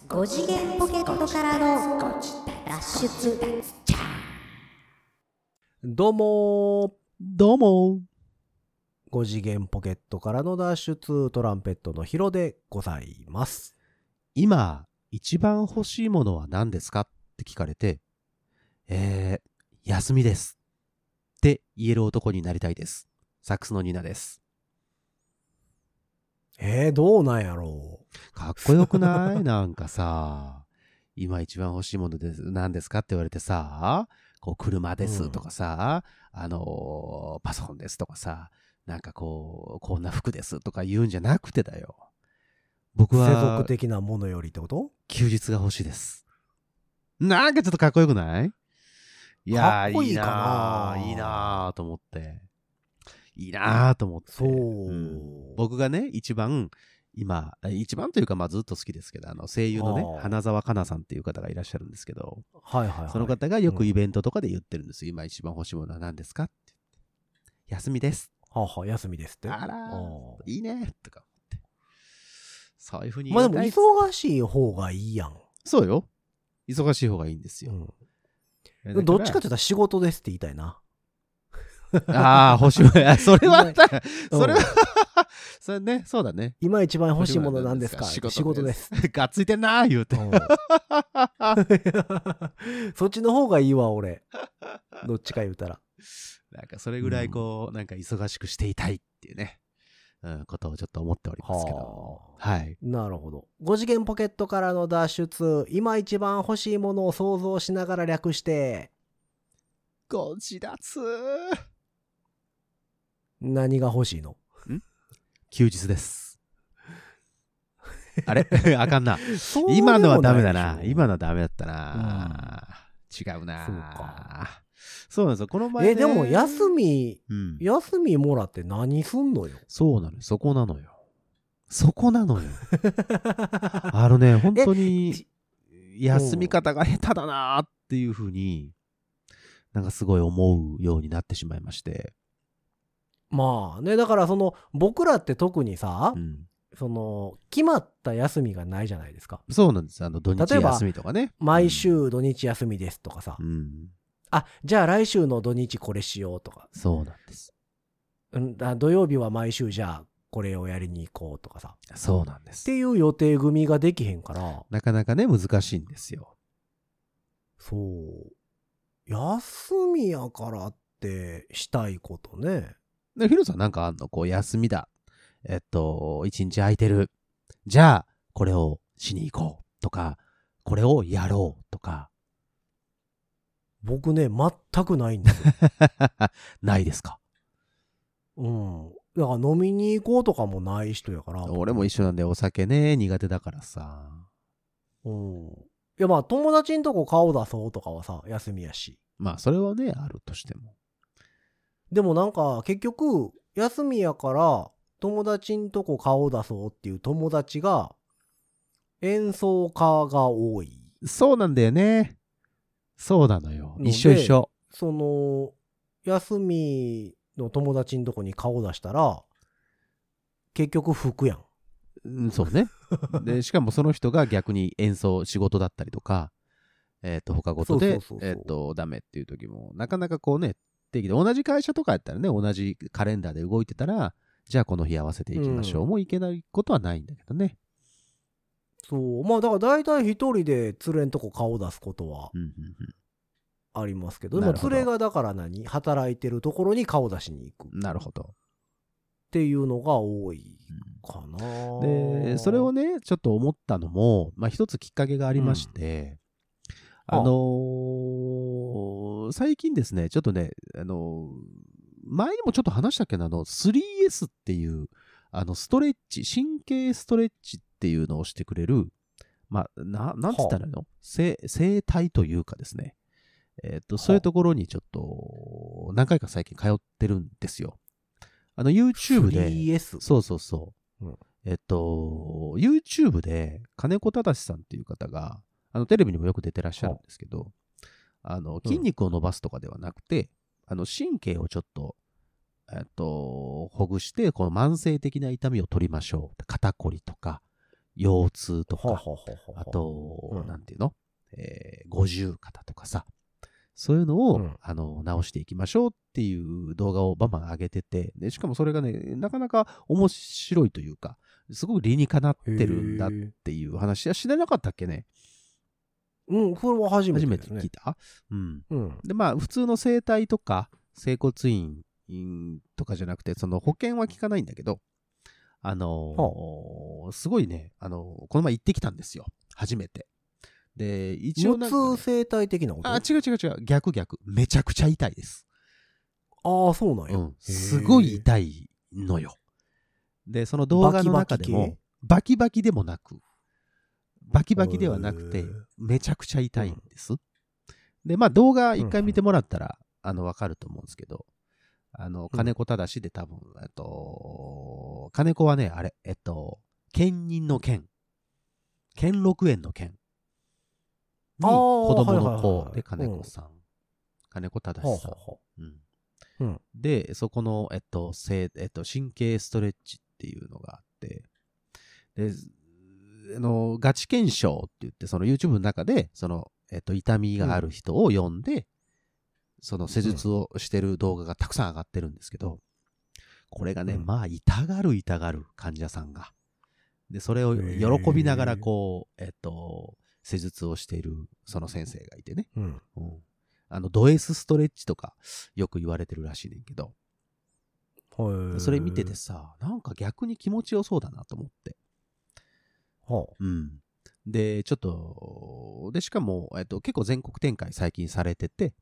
5次元ポケットからの脱出。 どうも5次元ポケットからの脱出、トランペットのヒロでございます。 今一番欲しいものは何ですかって聞かれて、休みですって言える男になりたいです。サックスのニナです。 どうなんやろう。 かっこよくないなんかさ、今一番欲しいものです何ですかって言われてさ、こう車ですとかさ、パソコンですとかさ、なんかこんな服ですとか言うんじゃなくてだよ。僕は世俗的なものよりってこと？ 休日が欲しいです。なんかちょっとかっこよくない？いやかっこいいかな。 いいなと思って。そう、僕がね、一番というか、ずっと好きですけど、声優のね、花澤香菜さんっていう方がいらっしゃるんですけど、その方がよくイベントとかで言ってるんですよ。今一番欲しいものは何ですかって。休みです。 休みですって。 あら、いいねとか思って。そういうふうにでも忙しい方がいいやん。 そうよ。忙しい方がいいんですよ。 どっちかって言ったら仕事ですって言いたいな。 欲しいもの。それはそれね、そうだね。 今一番欲しいものなんですか？仕事です。 がっついてんなー言うて。 そっちの方がいいわ、俺。どっちか言うたら。 なんかそれぐらいなんか忙しくしていたいっていうね、ことをちょっと思っておりますけど。はい。 なるほど。5次元ポケットからの脱出、今一番欲しいものを想像しながら略して、 ご自立。 何が欲しいの？ 休日です。あれあかんな。今のはダメだな。今のはダメだったな。違うな。 そうか。 そうなんですよ。この前ね。 でも休みもらって何すんのよ。 そうなのよ。そこなのよ。本当に休み方が下手だなっていうふうになんかすごい思うようになってしまいまして。 まあね、だから僕らって特にさ、決まった休みがないじゃないですか。 そうなんです。土日休みとかね。 毎週土日休みですとかさ。じゃあ来週の土日これしようとか。 そうなんです。 土曜日は毎週じゃあこれをやりに行こうとかさ。 そうなんです。 っていう予定組ができへんから。 なかなかね、難しいんですよ。 そう。休みやからってしたいことね。 で、ヒロさんなんかあんの？休みだ。一日空いてる。じゃあ、これをしに行こうとか、これをやろうとか。 僕ね、全くないんですよ。 ないですか？ だから飲みに行こうとかもない人やから。 俺も一緒なんで、お酒ね、苦手だからさ。 いや友達んとこ顔出そうとかはさ、休みやし。 それはね、あるとしても。 でもなんか結局、休みやから友達んとこ顔出そうっていう友達が演奏家が多い。 そうなんだよね。そうなのよ。一緒。 休みの友達んとこに顔出したら、結局服やん。 そうね。で、しかもその人が逆に仕事だったりとか、他事で、ダメっていう時も、なかなか定期で同じ会社とかやったらね、同じカレンダーで動いてたら、じゃあこの日合わせていきましょう。もういけないことはないんだけどね。 そう。だから大体一人で連れんとこ顔出すことはありますけど、でも連れがだから働いてるところに顔出しに行く。 なるほど。 っていうのが多いかな。 で、それをね、ちょっと思ったのも、一つきっかけがありまして、最近ですね、ちょっとね、前にもちょっと話したっけな、3S っていう、ストレッチ、神経ストレッチっていうのをしてくれる、なんつったらいいの？整体というかですね、そういうところにちょっと、何回か最近通ってるんですよ。YouTube で、 3S？ そう。YouTube で、金子忠さんっていう方が、テレビにもよく出てらっしゃるんですけど、筋肉を伸ばすとかではなくて、神経をちょっと、ほぐして、この慢性的な痛みを取りましょう。肩こりとか、 腰痛とか、 ははははあと、 うんなんていうの、五十肩とかさ、そういうのを、 うん直していきましょうっていう動画をバンバン上げてて、でしかもそれがね、なかなか面白いというか、すごく理にかなってるんだっていう話は知らなかったっけね。 うん、これは初め初めてですね。 て聞いた。うん。 うん。 で、まあ、普通の整体とか、整骨院とかじゃなくて、その保険は効かないんだけど、すごいね、この前行ってきたんですよ。初めて。で、一応無なんかね、 痛生態的なことあ、違う。逆。めちゃくちゃ痛いです。 ああ、そうなんや。 うん。すごい痛いのよ。で、その動画の中でも、バキバキでもなく、バキバキではなくて、めちゃくちゃ痛いんです。で、まあ動画一回見てもらったら、わかると思うんですけど、金子正で多分、金子はね、あれ、兼任の兼、兼六園の兼に子供の子で金子さん、金子正さん。 うん。 で、そこの、神経ストレッチっていうのがあって、で、ガチ検証って言って、その YouTube の中で、その、痛みがある人を呼んで、その施術をしてる動画がたくさん上がってるんですけど、これがね、まあ、痛がる患者さんが。で、それを喜びながら、こう、施術をしている、その先生がいてね。ド S ストレッチとか、よく言われてるらしいねんけど、それ見ててさ、なんか逆に気持ちよそうだなと思って。で、ちょっと、で、しかも、結構全国展開最近されてて、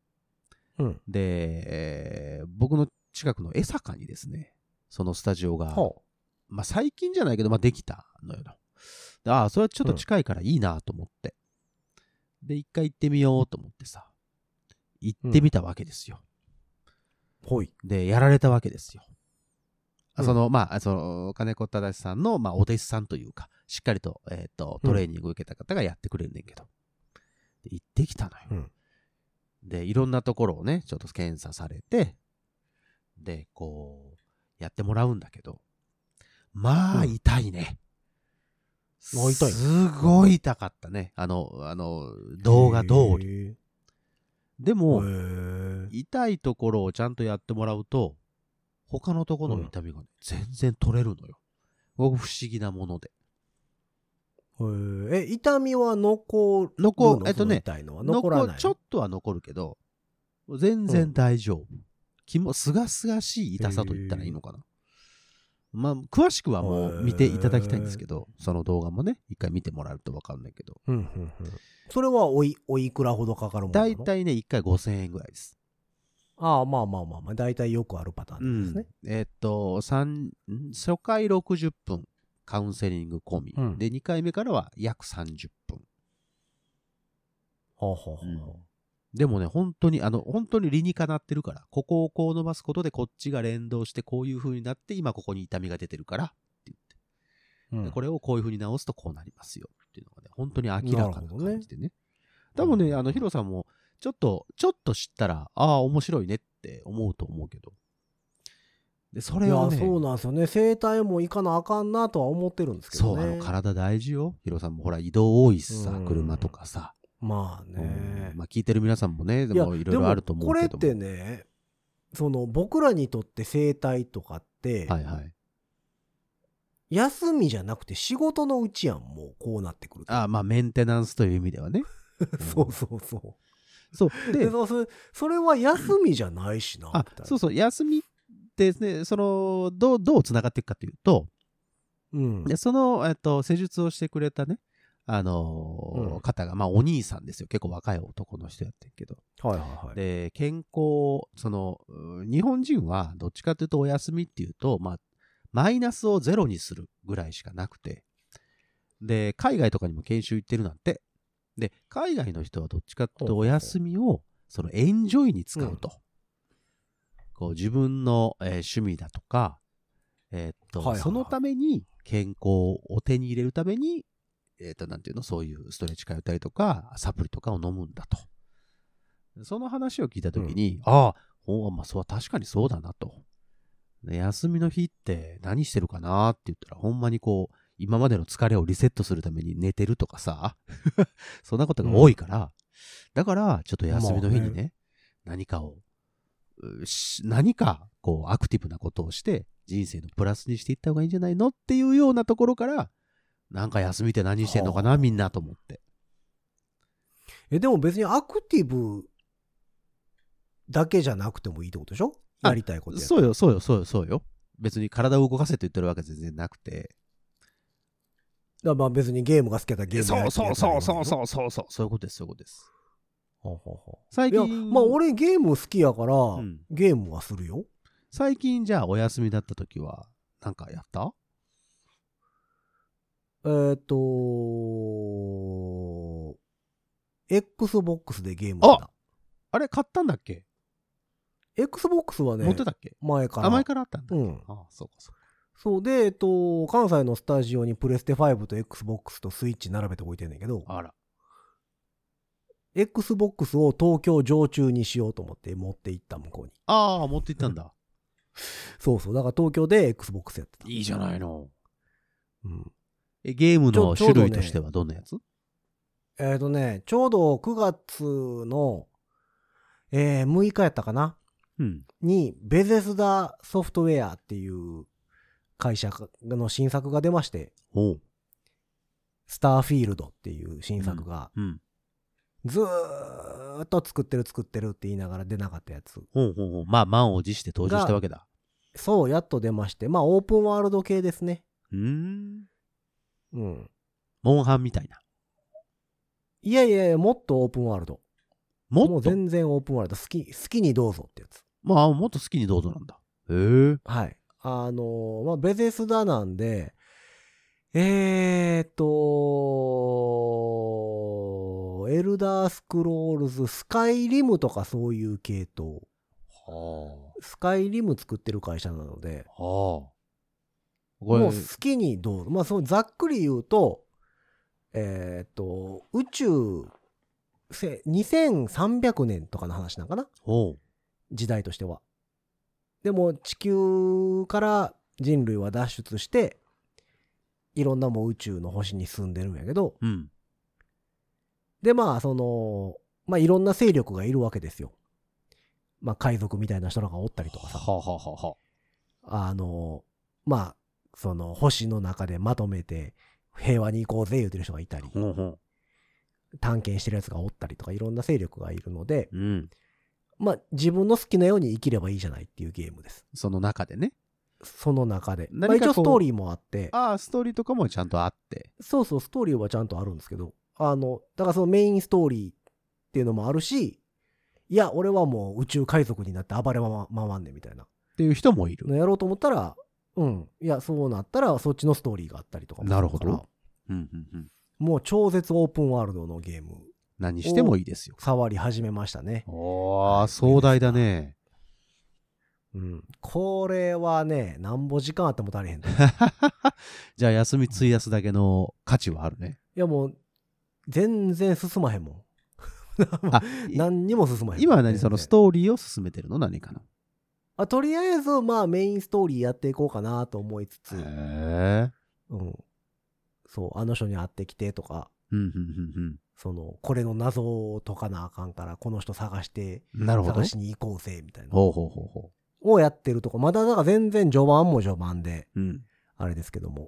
で、僕の近くの江坂にですね、そのスタジオが、まあ最近じゃないけど、まあできたのよ。ああ、それはちょっと近いからいいなと思って。で、一回行ってみようと思ってさ、行ってみたわけですよ。で、やられたわけですよ。まあ、金子正さんの、まあ、お弟子さんというか、しっかりと、トレーニングを受けた方がやってくれるねんけど。で行ってきたのよ。で、いろんなところをね、ちょっと検査されて、で、こう、やってもらうんだけど、まあ、痛いね。すごい痛かったね。動画通り。でも、痛いところをちゃんとやってもらうと、他のところの痛みがね、全然取れるのよ。僕不思議なもので。 痛みは残るの？痛いのは残らないの？ ちょっとは残るけど、全然大丈夫。すがすがしい痛さと言ったらいいのかな。まあ、詳しくはもう見ていただきたいんですけど、その動画もね、一回見てもらうと分かんないけど。 それはおいくらほどかかるものなの？ だいたいね、1回5000円ぐらいです。 ああ、まあ、だいたいよくあるパターンですね。 初回60分カウンセリング込み、で2回目からは約30分。でもね、本当に理にかなってるから、ここをこう伸ばすことでこっちが連動してこういう風になって今ここに痛みが出てるからって言って、でこれをこういう風に直すとこうなりますよっていうのがね、本当に明らかな感じでね。多分ね、ヒロさんもちょっと知ったら、ああ、面白いねって思うと思うけど。で、それをね。 いや、そうなんですよね。整体も行かなあかんなとは思ってるんですけどね。 そう、体大事よ。ヒロさんもほら、移動多いしさ、車とかさ。 まあね。 まあ聞いてる皆さんもね、でもいろいろあると思うけども。 これってね、僕らにとって整体とかって、休みじゃなくて仕事のうちやん、もうこうなってくると。 ああ、まあメンテナンスという意味ではね。 そう。で、それは休みじゃないしな。 そう、休みってですね、どうつながっていくかというと、でその、施術をしてくれたね、方が、まあお兄さんですよ。結構若い男の人やってるけど。で、健康、日本人はどっちかというとお休みっていうと、まあ、マイナスをゼロにするぐらいしかなくて、で、海外とかにも研修行ってるなんて、で、海外の人はどっちかというとお休みをエンジョイに使うと。こう自分の、趣味だとか、そのために健康を手に入れるために、なんていうの、そういうストレッチ通ったりとか、サプリとかを飲むんだと。その話を聞いたときに、まあ、確かにそうだなと。休みの日って何してるかなって言ったら、ほんまにこう、 今までの疲れをリセットするために寝てるとかさ、そんなことが多いから、だからちょっと休みの日にね、何かこうアクティブなことをして人生のプラスにしていった方がいいんじゃないのっていうようなところから、なんか休みって何してんのかなみんなと思って。 でも別にアクティブだけじゃなくてもいいってことでしょ？やりたいことや。 そうよ。別に体を動かせって言ってるわけ全然なくて。 だからまあ別にゲームが好きだったらゲームやりたいやつそういうことです。最近、 いやまあ俺ゲーム好きやから、 ん、 ゲームはするよ。 最近じゃあお休みだった時はなんかやった？ Xbox でゲームした。 あれ買ったんだっけ？ Xbox はね、 持ってたっけ？ 前から。 前からあったんだっけ？そうか。 そうで、関西のスタジオにプレステ5と Xbox とスイッチ並べて置いてんねんけど、 あら。 Xbox を東京常駐にしようと思って持って行った向こうに。 持って行ったんだ。 そう。だから東京で Xbox やってた。 いいじゃないの。 うん。 ゲームの種類としてはどんなやつ？ ちょうど9月の、6日やったかな、に、ベゼスダソフトウェアっていう会社の新作が出まして、スターフィールドっていう新作が、ずーっと作ってるって言いながら出なかったやつ。 まあ、満を持して登場したわけだ。 そう、やっと出まして、まあ、オープンワールド系ですね。 モンハンみたいな。 いや、もっとオープンワールド。もうと全然オープンワールド。好きにどうぞってやつ。 まあ、もっと好きにどうぞなんだ。へえ。 はい。まあ、ベゼスダなんで、エルダースクロールズ、スカイリムとかそういう系統。スカイリム作ってる会社なので、もう好きにどうぞ。まあ、そうざっくり言うと、宇宙、2300年とかの話なんかな？時代としては。でも地球から人類は脱出して、いろんなもう宇宙の星に住んでるんやけど、でまあいろんな勢力がいるわけですよ。まあ海賊みたいな人らがおったりとかさ、まあその星の中でまとめて平和に行こうぜ言うてる人がいたり、探検してるやつがおったりとかいろんな勢力がいるので、まあ自分の好きなように生きればいいじゃないっていうゲームです。 その中でね。 その中で。まあ、一応ストーリーもあって。 ストーリーとかもちゃんとあって。 そう、ストーリーはちゃんとあるんですけど、だからそのメインストーリーっていうのもあるし、いや、俺はもう宇宙海賊になって暴れ回んねんみたいな。 っていう人もいる。 やろうと思ったら、いや、そうなったらそっちのストーリーがあったりとかもするから。なるほど。もう超絶オープンワールドのゲーム。 何してもいいですよ。 触り始めましたね。 壮大だね。 これはね、なんぼ時間あっても足りへん。 じゃあ休み費やすだけの価値はあるね。 いやもう、全然進まへんもん。何にも進まへん。 今はそのストーリーを進めてるの？何かな？ とりあえず、まあメインストーリーやっていこうかなと思いつつ。そう、あの人に会ってきてとか。これの謎を解かなあかんから、この人探して、探しに行こうぜ、みたいな。をやってるとこ、まだだから全然序盤も序盤で、あれですけども。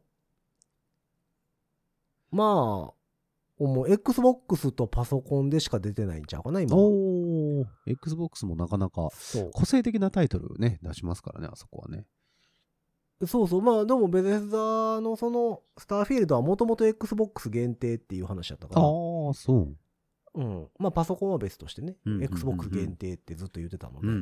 まあ、もう Xbox とパソコンでしか出てないんちゃうかな、今。 Xbox もなかなか個性的なタイトルね、出しますからね、あそこはね。 そう、まあでもベゼスダのそのスターフィールドはもともと Xbox 限定っていう話だったから。 そう。 まあパソコンは別としてね、Xbox 限定ってずっと言ってたので。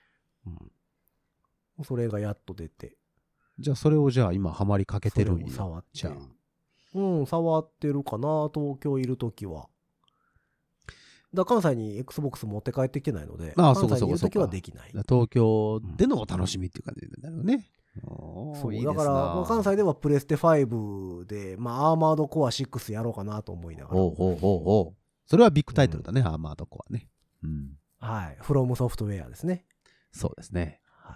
それがやっと出て。 じゃあそれを今ハマりかけてるんや。 触ってる。触ってるかな、東京いるときは。関西に Xbox 持って帰ってきてないので、関西にいるときはできない。 東京でのお楽しみっていう感じになるよね。 そうだから、関西ではプレステ5で、アーマードコア6やろうかなと思いながら。 それはビッグタイトルだね、アーマードコアね。 はい。フロムソフトウェアですね。 そうですね。 はい。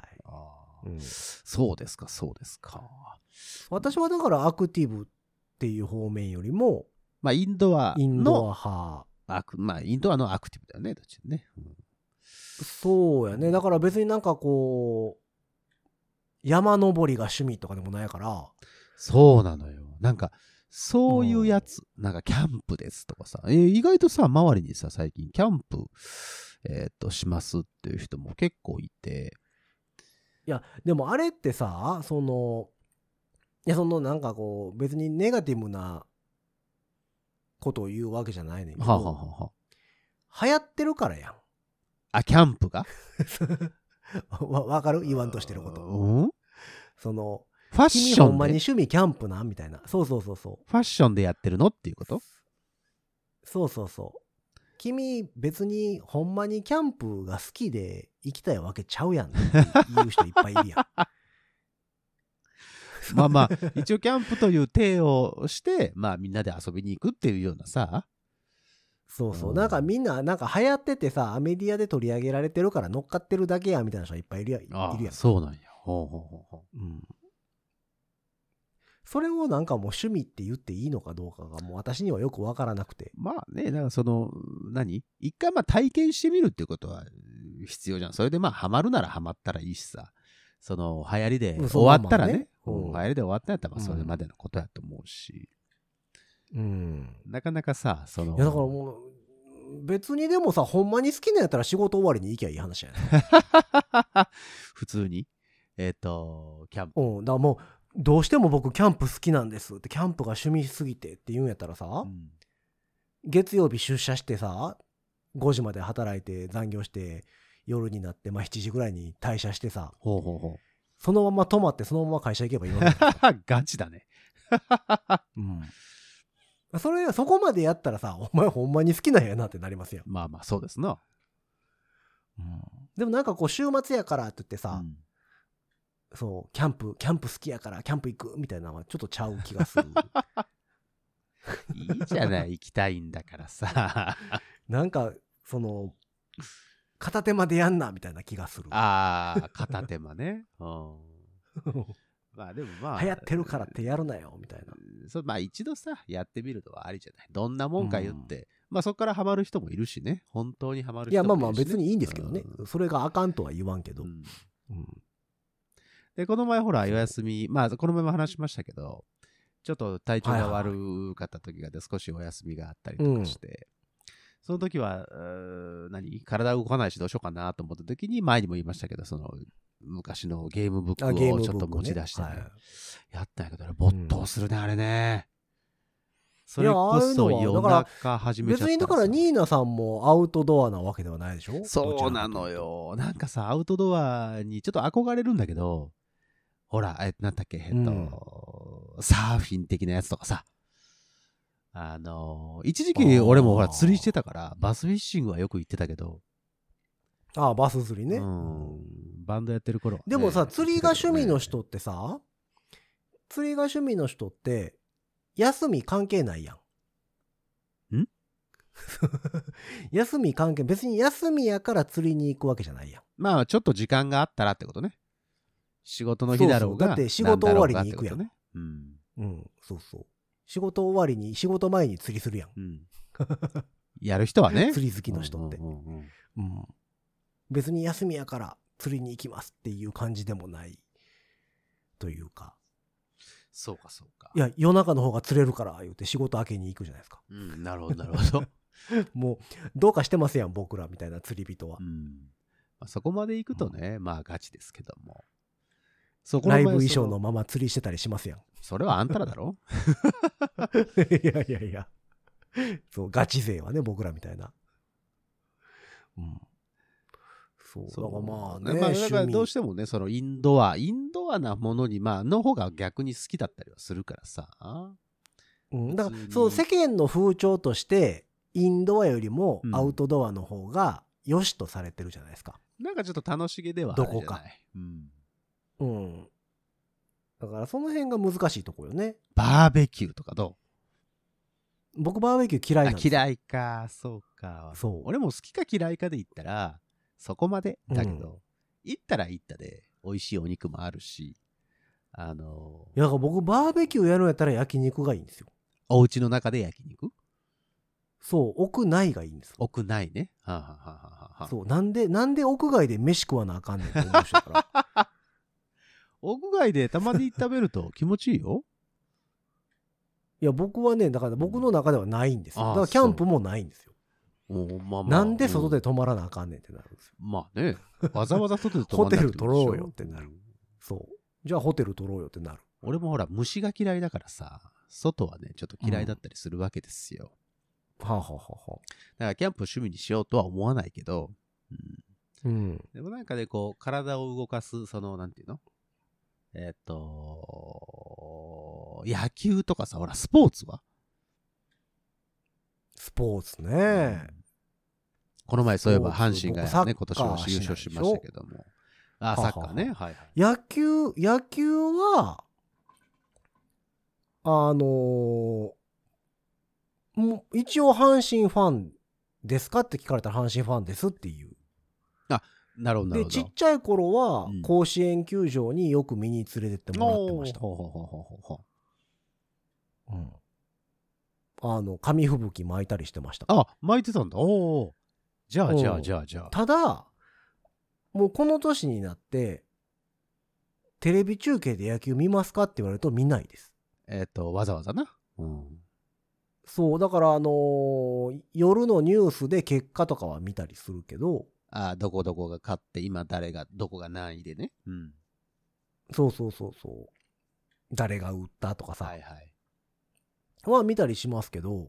そうですか。 私はだからアクティブっていう方面よりも、 まあ、インドア派。 まあ、インドアのアクティブだよね、どっちもね。 そうやね。だから別になんかこう、山登りが趣味とかでもないから。 そうなのよ。なんか、そういうやつ、なんかキャンプですとかさ、意外とさ、周りにさ、最近キャンプ、しますっていう人も結構いて。 いや、でもあれってさ、なんかこう、別にネガティブなことを言うわけじゃないねんけど、流行ってるからやん。 あ、キャンプがわかる？言わんとしてること。ファッションで。君ほんまに趣味キャンプなんみたいな。そう。ファッションでやってるのっていうこと？ そう。君別にほんまにキャンプが好きで行きたいわけちゃうやんって言う人いっぱいいるやん。 まあまあ、一応キャンプという体をして、まあみんなで遊びに行くっていうようなさ。 そう。なんかみんな、なんか流行っててさ、メディアで取り上げられてるから乗っかってるだけやみたいな人いっぱいいるやん。 そうなんや。 それをなんかもう趣味って言っていいのかどうかがもう私にはよくわからなくて。 まあね、だから一回まあ体験してみるっていうことは必要じゃん。それでまあハマるならハマったらいいしさ。流行りで終わったらね。流行りで終わったんやったらまあそれまでのことやと思うし。なかなかさ、 いやだからもう、別にでもさ、ほんまに好きなやったら仕事終わりに行きゃいい話やね普通にキャンプ。だからもう、どうしても僕キャンプ好きなんですって、キャンプが趣味すぎてって言うんやったらさ、月曜日出社してさ、5時まで働いて残業して夜になってまあ7時ぐらいに退社してさ、そのまま泊まってそのまま会社行けばいいわけガチだね。 そこまでやったらさ、お前ほんまに好きなんやなってなりますよ。 まあまあそうですな。 でもなんかこう週末やからって言ってさ、そうキャンプ好きやからキャンプ行くみたいなのはちょっとちゃう気がする。 いいじゃない、行きたいんだからさ。 なんか片手間でやんなみたいな気がする。 片手間ね。まあでもまあ流行ってるからってやるなよみたいな。 まあ一度さやってみるのはありじゃない。どんなもんか言って、まあそこからハマる人もいるしね。本当にハマる人もいるし、ね。 いやまあ別にいいんですけどね。それがあかんとは言わんけど。 でこの前ほらお休み、まあこの前も話しましたけど、ちょっと体調が悪かった時がで少しお休みがあったりとかして、その時は体動かないしどうしようかなと思った時に、前にも言いましたけど、昔のゲームブックをちょっと持ち出してね、やったんやけど、没頭するね、あれね。それこそ夜中始めちゃったら。 別にだからニーナさんもアウトドアなわけではないでしょ？ そうなのよ。なんかさ、アウトドアにちょっと憧れるんだけど、ほら、なんだっけ、サーフィン的なやつとかさ。一時期俺もほら釣りしてたから、バスフィッシングはよく行ってたけど。 バス釣りね。 バンドやってる頃、 でもさ、釣りが趣味の人ってさ、休み関係ないやん。休み関係、別に休みやから釣りに行くわけじゃないやん。 まあちょっと時間があったらってことね。仕事の日だろうが。 だって仕事終わりに行くやん。そう。仕事終わりに、仕事前に釣りするやん。 やる人はね。 釣り好きの人って。別に休みやから釣りに行きますっていう感じでもないというか。 そうか。 いや、夜中の方が釣れるから言って仕事明けに行くじゃないですか。 なるほど。 もうどうかしてますやん、僕らみたいな釣り人は。 そこまで行くとね、まあガチですけども。 ライブ衣装のまま釣りしてたりしますやん。 それはあんたらだろ。 いや。そうガチ勢はね、僕らみたいな。そうだからまあね、 だからどうしてもね、インドアなものにの方が逆に好きだったりはするからさ。 だから世間の風潮としてインドアよりもアウトドアの方が良しとされてるじゃないですか。 なんかちょっと楽しげではあるじゃない。どこか。 だからその辺が難しいところよね。 バーベキューとかどう？僕バーベキュー嫌いなんですよ。 嫌いか、そうか。俺も好きか嫌いかで言ったらそこまでだけど、行ったら行ったで美味しいお肉もあるし、 いや、だから僕バーベキューやるんやったら焼肉がいいんですよ。 お家の中で焼肉？ そう、屋内がいいんですよ。 屋内ね。はあ、はあはあはあ、 そう、なんで屋外で飯食わなあかんねんって思う人から。 屋外でたまに食べると気持ちいいよ。 いや、僕はね、だから僕の中ではないんですよ。だからキャンプもないんですよ。 まあまあ、 なんで外で泊まらなあかんねんってなるんですよ。 まあね、わざわざ外で泊まホテらなくてもいいでしょ。 ル取ろうよってなる。そう。じゃあホテル取ろうよってなる。 俺もほら、虫が嫌いだからさ、外はね、ちょっと嫌いだったりするわけですよ。 はあ、はあはあはあ、 だからキャンプを趣味にしようとは思わないけど、 うん。 でもなんかね、こう、体を動かす、なんていうの？野球とかさ、ほら、スポーツは？ スポーツね。 この前そういえば阪神がね、今年は優勝しましたけども。あ、サッカーね。はいはい。 野球は、もう一応阪神ファンですかって聞かれたら阪神ファンですっていう。 あ、なるほどなるほど。 で、ちっちゃい頃は甲子園球場によく見に連れてってもらってました。紙吹雪巻いたりしてました。 あ、巻いてたんだ。おお。じゃあ。 ただ、もうこの年になって、テレビ中継で野球見ますかって言われると見ないです。 わざわざな。 そう、だから夜のニュースで結果とかは見たりするけど。 どこどこが勝って、今誰が、どこが何位でね。 そう。誰が打ったとかさ。 はいはい。 は見たりしますけど、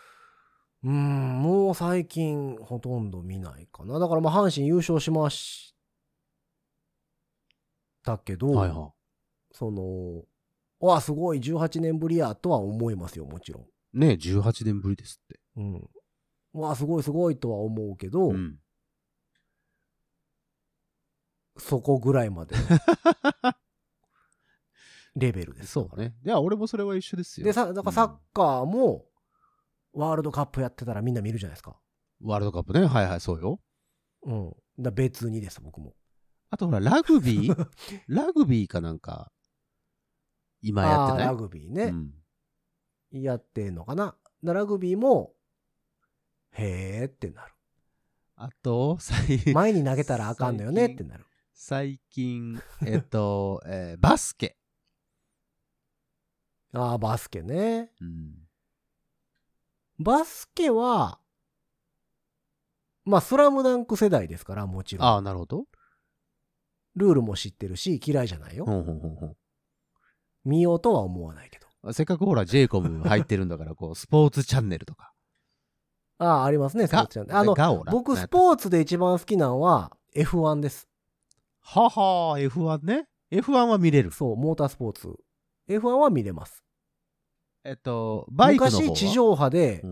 もう最近ほとんど見ないかな。だから阪神優勝しましたけど、 はいはい、 すごい18年ぶりやとは思いますよ、もちろん。 ねえ、18年ぶりですって。 すごいとは思うけど、そこぐらいまでレベルです。 そうね。いや、俺もそれは一緒ですよ。 で、だからサッカーも、ワールドカップやってたらみんな見るじゃないですか。 ワールドカップね。はいはい、そうよ。 別にです、僕も。 あとほら、ラグビーかなんか、今やってない？ ラグビーね。やってんのかな。ラグビーも、へーってなる。 あと、 前に投げたらあかんのよねってなる。 最近、バスケ。 バスケね。バスケは、スラムダンク世代ですから、もちろん。 なるほど。 ルールも知ってるし、嫌いじゃないよ。見ようとは思わないけど。 せっかくほら、J コム入ってるんだから、スポーツチャンネルとか。 ありますね、スポーツチャンネル。僕、スポーツで一番好きなのは F1 です。 はは、F1 ね。F1 は見れる。 そう、モータースポーツ。F1 は見れます。 バイクの方は昔、地上波で、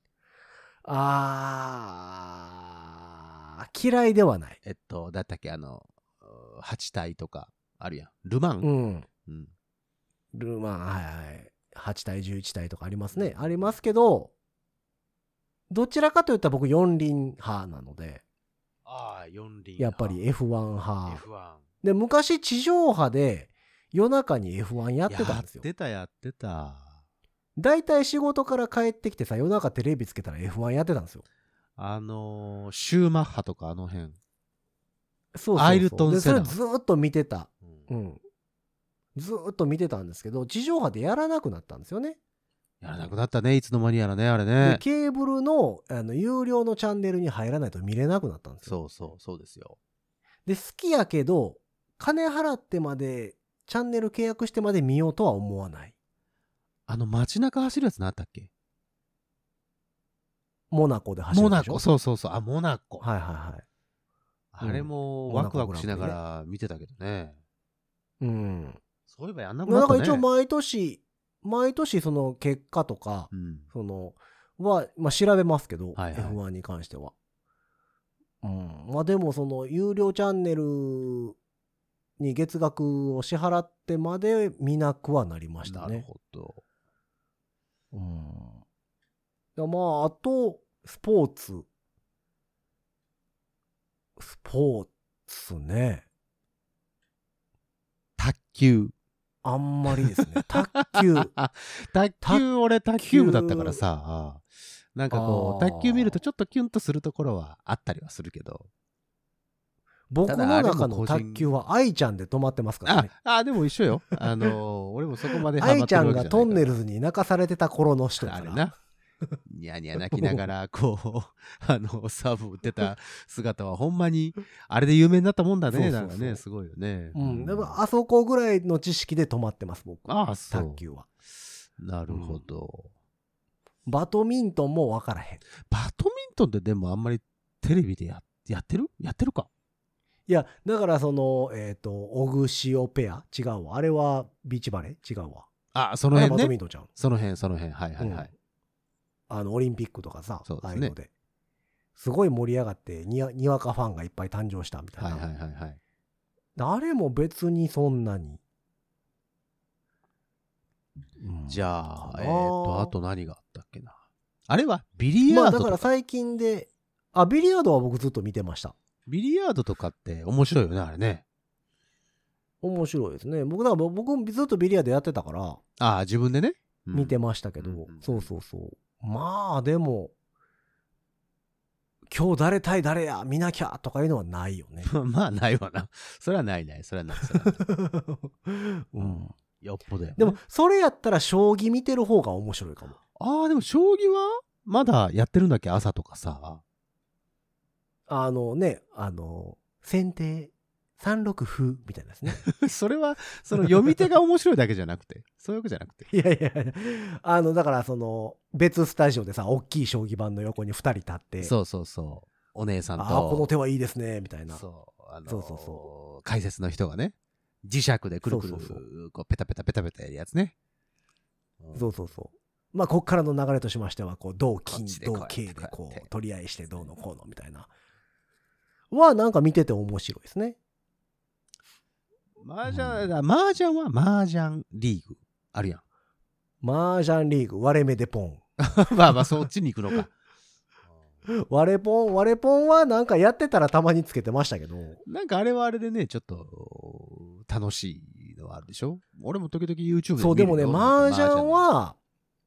嫌いではない。 だったっけ、8体とか、あるやん。ルマン。 ルマン、はいはい。8体、11体とかありますね。ありますけど、どちらかといったら僕四輪派なので。 四輪。 やっぱり F1 派。で、昔地上波で夜中に F1 やってたんですよ。 やってた。 だいたい仕事から帰ってきてさ、夜中テレビつけたら F1 やってたんですよ。 シューマッハとかあの辺。 そう。 アイルトンセナ。 それずーっと見てた。ずーっと見てたんですけど、地上波でやらなくなったんですよね。 やらなくなったね、いつの間にやらね、あれね。 で、ケーブルの、有料のチャンネルに入らないと見れなくなったんですよ。 そうですよ。 で、好きやけど、金払ってまで、チャンネル契約してまで見ようとは思わない。 街中走るやつ何あったっけ？ モナコで走るでしょ？ モナコ、そう。モナコ。 はいはいはい。 あれもワクワクしながら見てたけどね。そういえばやんなくなったね。 だから一応毎年その結果とか、調べますけど、F1 に関しては。でもその有料チャンネルに月額を支払ってまで見なくはなりましたね。 なるほど。 あと、スポーツね。 卓球。 あんまりですね。卓球。 俺卓球部だったからさ、なんかこう、卓球見るとちょっとキュンとするところはあったりはするけど。 僕の中の卓球は愛ちゃんで止まってますからね。 でも一緒よ。俺もそこまでハマ愛ちゃんってるわけじゃないから。 がトンネルズに泣かされてた頃の人だあれから。 な。ニヤニヤ泣きながら、こう、サーブ打ってた姿はほんまに、あれで有名になったもんだね。なんかね、すごいよね。 でもあそこぐらいの知識で止まってます、僕。 そう。 卓球は。 なるほど。 バドミントンも分からへん。 バドミントンってでもあんまりテレビでやってるか。 いや、だからオグシオペア違うわ。あれはビーチバレー違うわ。 その辺ね。 バドミントンちゃう。 その辺。はいはいはい。 オリンピックとかさ、 そうですね、 ああいうので。すごい盛り上がって、にわかファンがいっぱい誕生したみたいな。 はい。 あれも別にそんなに。 じゃあ、あと何があったっけな。あれはビリヤードとか。 だから最近で、ビリヤードは僕ずっと見てました。 ビリヤードとかって面白いよね、あれね。 面白いですね。僕ずっとビリヤードやってたから。 自分でね。 見てましたけど、そう。まあでも、今日誰対誰や見なきゃとかいうのはないよね。 まあないわな。それはない。それはない。よっぽどや、ね。 でもそれやったら将棋見てる方が面白いかも。 でも将棋はまだやってるんだっけ、朝とかさ。 先手3六歩みたいなですね。 それは読み手が面白いだけじゃなくて、そういうわけじゃなくて。 いやだから別スタジオでさ、大きい将棋盤の横に2人立って、 そう。お姉さんと、 この手はいいですねみたいな。 そう解説の人がね、磁石でくるくるこうペタペタやるやつね。 そう。まあこっからの流れとしましては、こう同金同桂でこう取り合いしてどうのこうのみたいな。なんか見てて面白いですね。 麻雀は麻雀リーグあるやん。 麻雀リーグ割れ目でポン。 まあそっちに行くのか。 割れポンはなんかやってたらたまにつけてましたけど。 なんかあれはあれでね、ちょっと楽しいのはあるでしょ。俺も時々 YouTube で見るよ。 そう、でもね、麻雀は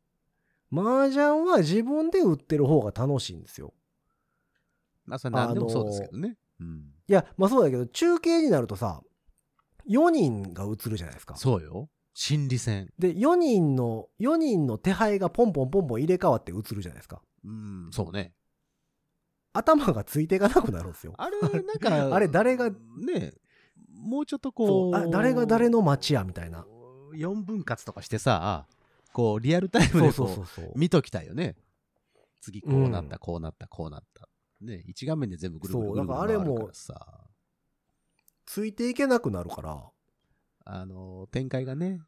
自分で打ってる方が楽しいんですよ。 まあそれ何でもそうですけどね。 いや、まあそうだけど、中継になるとさ、4人が映るじゃないですか。 そうよ。心理戦。 で、4人の手配がポンポン入れ替わって映るじゃないですか。 そうね。 頭がついていかなくなるんですよ。 あれ、なんか、 あれ、誰が、 ね、もうちょっとこう、 誰が誰の街やみたいな。 4分割とかしてさ、こう、リアルタイムで見ときたいよね。次、こうなった、こうなった。ね、一画面で全部ぐるぐる回るからさ。 だからあれも、ついていけなくなるから。 展開がね。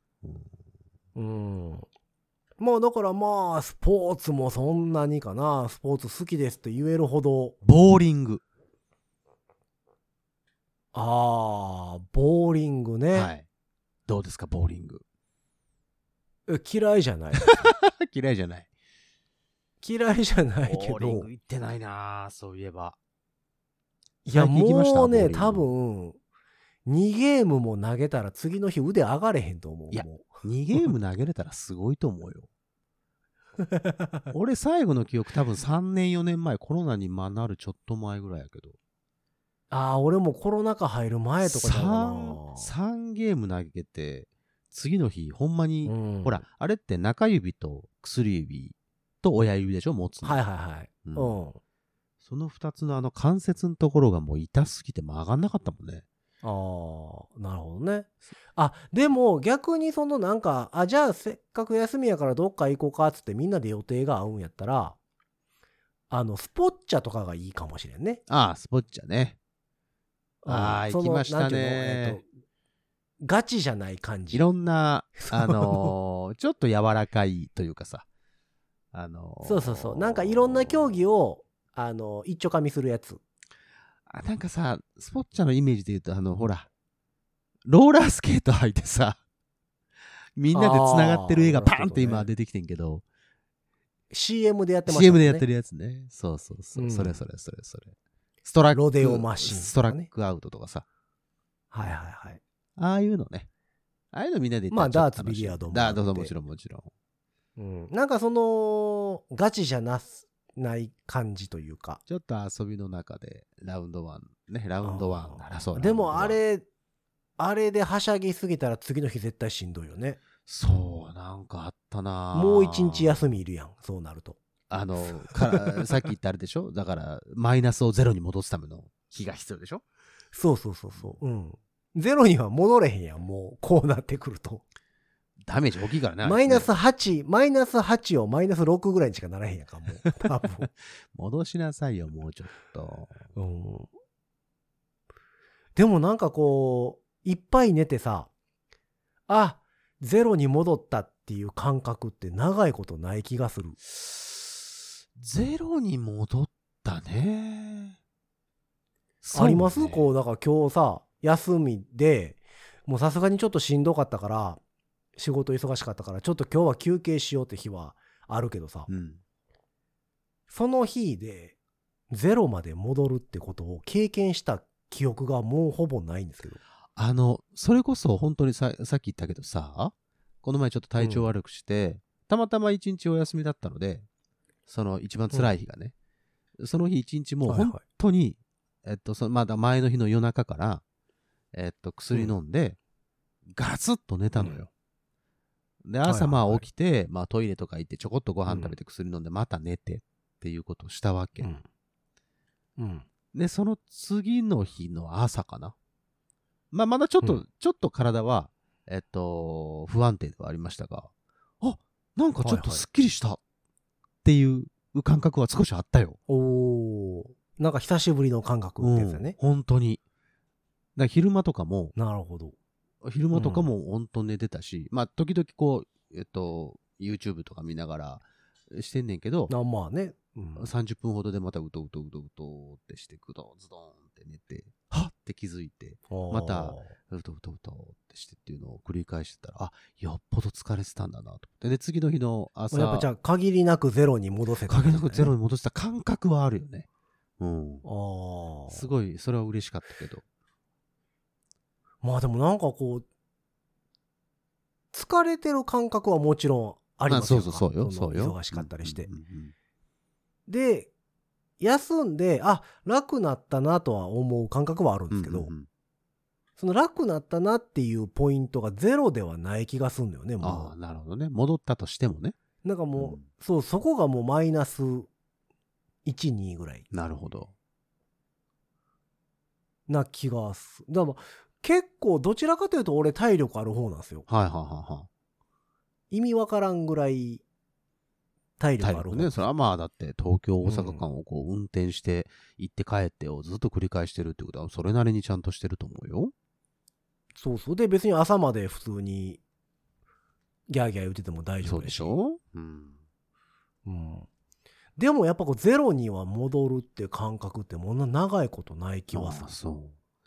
まあだからスポーツもそんなにかな。スポーツ好きですって言えるほど。 ボーリング。 ボーリングね。 はい。どうですか、ボーリング。 嫌いじゃない。 嫌いじゃない。 嫌いじゃないけど。 ボーリング行ってないな、そういえば。 いや、もうね、多分、2ゲームも投げたら次の日腕上がれへんと思う。 いや、2ゲーム投げれたらすごいと思うよ。俺最後の記憶多分3年4年前、コロナになるちょっと前ぐらいやけど。 俺もコロナ禍入る前とかだな。 3ゲーム投げて、次の日、ほんまに、ほら、あれって中指と薬指と親指でしょ、持つの。 はい。 その2つの関節のところがもう痛すぎて曲がんなかったもんね。 なるほどね。でも逆になんか、じゃあせっかく休みやからどっか行こうかっつってみんなで予定が合うんやったら、スポッチャとかがいいかもしれんね。 スポッチャね。行きましたね。 ガチじゃない感じ。 いろんな、ちょっと柔らかいというかさ。 そう。なんかいろんな競技を、一丁噛みするやつ。 なんかさ、スポッチャのイメージで言うと、ほら、ローラースケート履いてさ、みんなで繋がってる絵がパンって今出てきてんけど、 CM でやってましたね。 CM でやってるやつね。そう。それ。ストラック、 ロデオマシン、 ストラックアウトとかさ。 はい。 ああいうのね。 ああいうのみんなで行まあったらダーツビリヤードもあダってーツもちろんもちろん。 なんかそのガチじゃない感じというか。 ちょっと遊びの中でラウンド1ね、ラウンド1ならそう。 でもあれではしゃぎすぎたら次の日絶対しんどいよね。 そうなんかあったな。 もう一日休みいるやん、そうなると。 さっき言ったあれでしょ。だからマイナスをゼロに戻すための日が必要でしょ。 そう。ゼロには戻れへんやん、もうこうなってくると。 ダメージ大きいからね。 マイナス8をマイナス6ぐらいにしかならへんやんか、もう。多分。 戻しなさいよ、もうちょっと。 でもなんかこう、いっぱい寝てさ、あ、ゼロに戻ったっていう感覚って長いことない気がする。 ゼロに戻ったね。 あります？こう、だから今日さ、休みで、もうさすがにちょっとしんどかったから、仕事忙しかったから、ちょっと今日は休憩しようって日はあるけどさ、その日でゼロまで戻るってことを経験した記憶がもうほぼないんですけど。 それこそ本当にさっき言ったけどさ、この前ちょっと体調悪くして、たまたま一日お休みだったので、その一番辛い日がね、その日一日もう本当に、まだ前の日の夜中から、薬飲んで、ガツッと寝たのよ。で、朝起きて、トイレとか行ってちょこっとご飯食べて薬飲んでまた寝てっていうことをしたわけ。で、その次の日の朝かな。まだちょっと体は、不安定ではありましたが、なんかちょっとスッキリしたっていう感覚は少しあったよ。 なんか久しぶりの感覚ってやつだね。 本当に。だから昼間とかも、 なるほど。 昼間とかも本当寝てたし、時々こう、YouTube とか見ながらしてんねんけど、 まあね。 30分ほどでまたうとってして、ズドンって寝て、はっって気づいて、また、うとってしてっていうのを繰り返してたら、よっぽど疲れてたんだなと思って。で、次の日の朝。 やっぱじゃあ限りなくゼロに戻せた、 限りなくゼロに戻した感覚はあるよね。すごい、それは嬉しかったけど。 まあでもなんかこう、疲れてる感覚はもちろんありますよ。 そうよ。 忙しかったりして。で、休んで、楽なったなとは思う感覚はあるんですけど、その楽なったなっていうポイントがゼロではない気がすんのよね、もう。 なるほどね。戻ったとしてもね。 なんかもう、そこがもうマイナス1、2ぐらい。 なるほど。 な気がする。だから結構どちらかというと俺体力ある方なんですよ。意味わからんぐらい体力ある方ね。それはだって東京大阪間をこう運転して行って帰ってをずっと繰り返してるってことはそれなりにちゃんとしてると思うよ。 そうで別に朝まで普通にギャーギャー言ってても大丈夫でしょ。でもやっぱこうゼロには戻るって感覚ってもの長いことない気はする。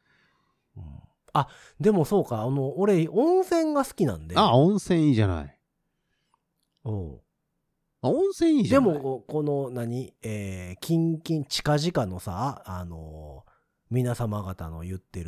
でもそうか、俺温泉が好きなんで。 温泉いいじゃない。温泉いいじゃない。 でもこのキンキン近々のさ、皆様方の言ってる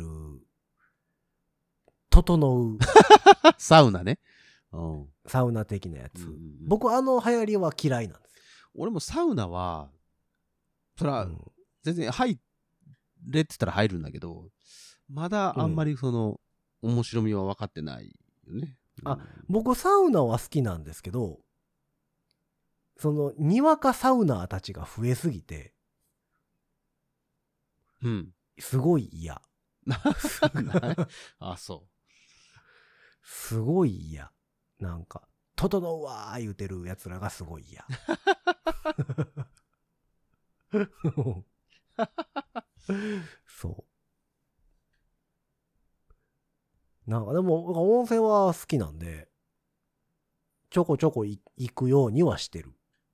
整うサウナね。 サウナ的なやつ。僕流行りは嫌いなんですよ。 俺もサウナはそれは全然入れって言ったら入るんだけど、まだあんまりその面白みは分かってないよね。 僕サウナは好きなんですけど、そのにわかサウナーたちが増えすぎて、すごい嫌。 そう。 すごい嫌。なんか整うわー言うてるやつらがすごい嫌。そう。なんかでも温泉は好きなんで、ちょこちょこ行くようにはしてる。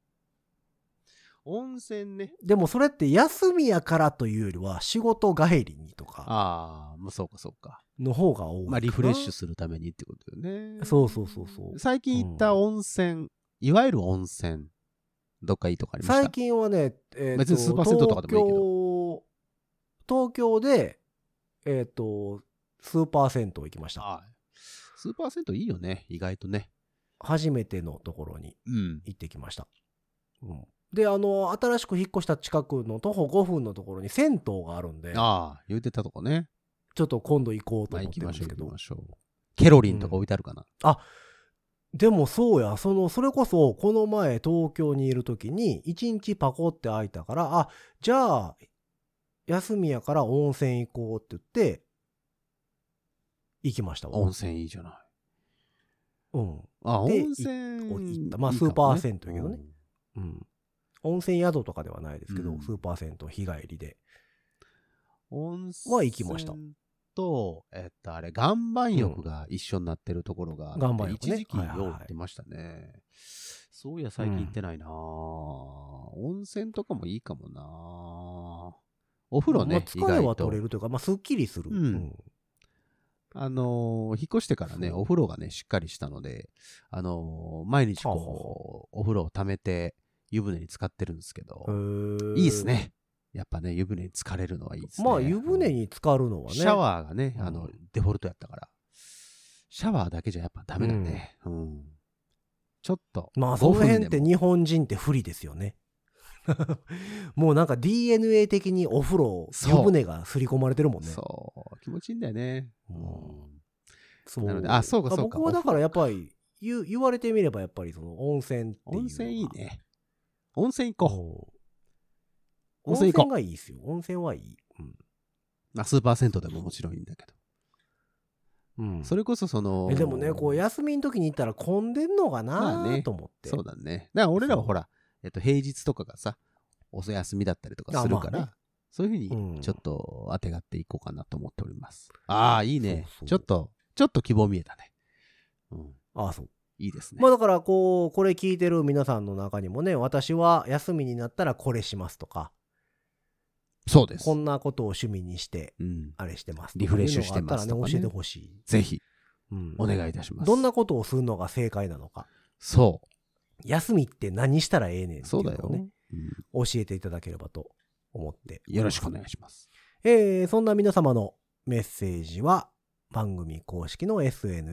温泉ね。 でもそれって休みやからというよりは仕事帰りにとか。 そうか。 の方が多い。 リフレッシュするためにってことよね。 そう。 最近行った温泉、いわゆる温泉、どっかいいとこありました？ 最近はね、 別にスーパー銭湯とかでもいいけど。 東京で、スーパー銭湯行きました。 スーパー銭湯いいよね、意外とね。 初めてのところにうん。 行ってきました。で、新しく引っ越した近くの徒歩5分のところに銭湯があるんで、 ああ、言うてたとこね。 ちょっと今度行こうとまあ思ってるんですけど。 行きましょう。ケロリンとか置いてあるかな。 でもそうや、それこそ、この前東京にいる時に、1日パコって空いたから、じゃあ、休みやから温泉行こうって言って、行きましたわ。 温泉いいじゃない。 うん。 温で泉行った。まあ、スーパー銭湯やけどね。 うんうん。温泉宿とかではないですけど、 うんスーパー銭湯日帰りで。 温泉は行きましたと、あれ、岩盤浴が一緒になってるところがあって、 岩盤浴ね一時期はいはいはいよう行ってましたね。そういや、最近行ってないな、温泉とかもいいかもなお風呂ね、 疲れは取れるというか、すっきりする。 うん引っ越してからね、 そうお風呂がね、しっかりしたので、毎日お風呂を溜めて湯船に浸かってるんですけど、いいですね。やっぱね、湯船に浸かれるのはいいですね。 湯船に浸かるのはね。 シャワーがね、デフォルトやったから。シャワーだけじゃやっぱダメだね。ちょっと。 その辺って日本人って不利ですよね。もうなんか DNA 的にお風呂、湯船が刷り込まれてるもんね。 そう。気持ちいいんだよね。 そう。 なので、そうか。 僕はだからやっぱり、言われてみればやっぱりその温泉っていう。 温泉いいね。温泉行こう。 温泉がいいですよ。温泉はいい。 スーパー銭湯でももちろんいいんだけど。それこそでもね、休みの時に行ったら混んでんのかなと思って。 そうだね。だから俺らはほら、平日とかがさ、お休みだったりとかするから、そういうふうにちょっと当てがっていこうかなと思っております。いいね。ちょっと希望見えたね。 そう。 いいですね。 だからこれ聞いてる皆さんの中にもね、私は休みになったらこれしますとか、 そうです。 こんなことを趣味にして、あれしてます。 リフレッシュしてますとかね。 教えてほしい。 ぜひ、お願いいたします。 どんなことをするのが正解なのか。 そう。 休みって何したらええねんっていうのをね、教えていただければと思ってよろしくお願いします。 そんな皆様のメッセージは番組公式の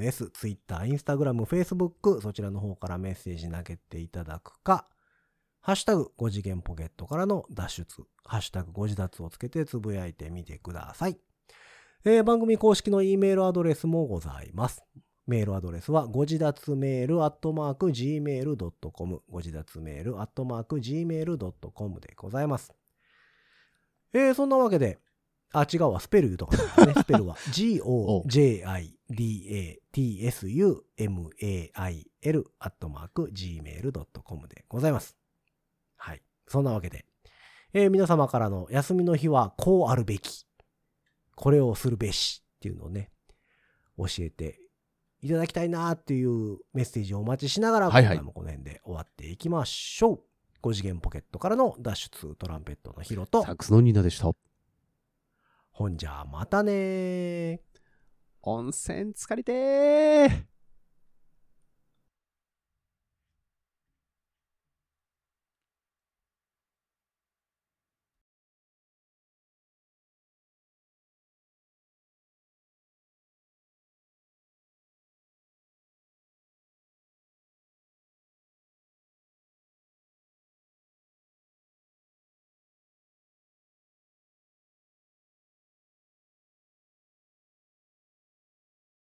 SNS、Twitter、Instagram、Facebook、そちらの方からメッセージ投げていただくか、ハッシュタグ5次元ポケットからの脱出、ハッシュタグ5次脱をつけてつぶやいてみてください。番組公式の E メールアドレスもございます。メールアドレスはご自立メール@gmail.com ご自立メール@gmail.com でございます。そんなわけで、違うわ、スペル言うとかね。スペルは gojidatsumail@gmail.com でございます。はい。そんなわけで、皆様からの休みの日はこうあるべき、これをするべしっていうのをね、教えていただきたいなっていうメッセージをお待ちしながら、今回もこの辺で終わっていきましょう。5次元ポケットからの脱出、トランペットのヒロとサックスのニーナでした。 ほんじゃまたねー。 温泉浸かりてー。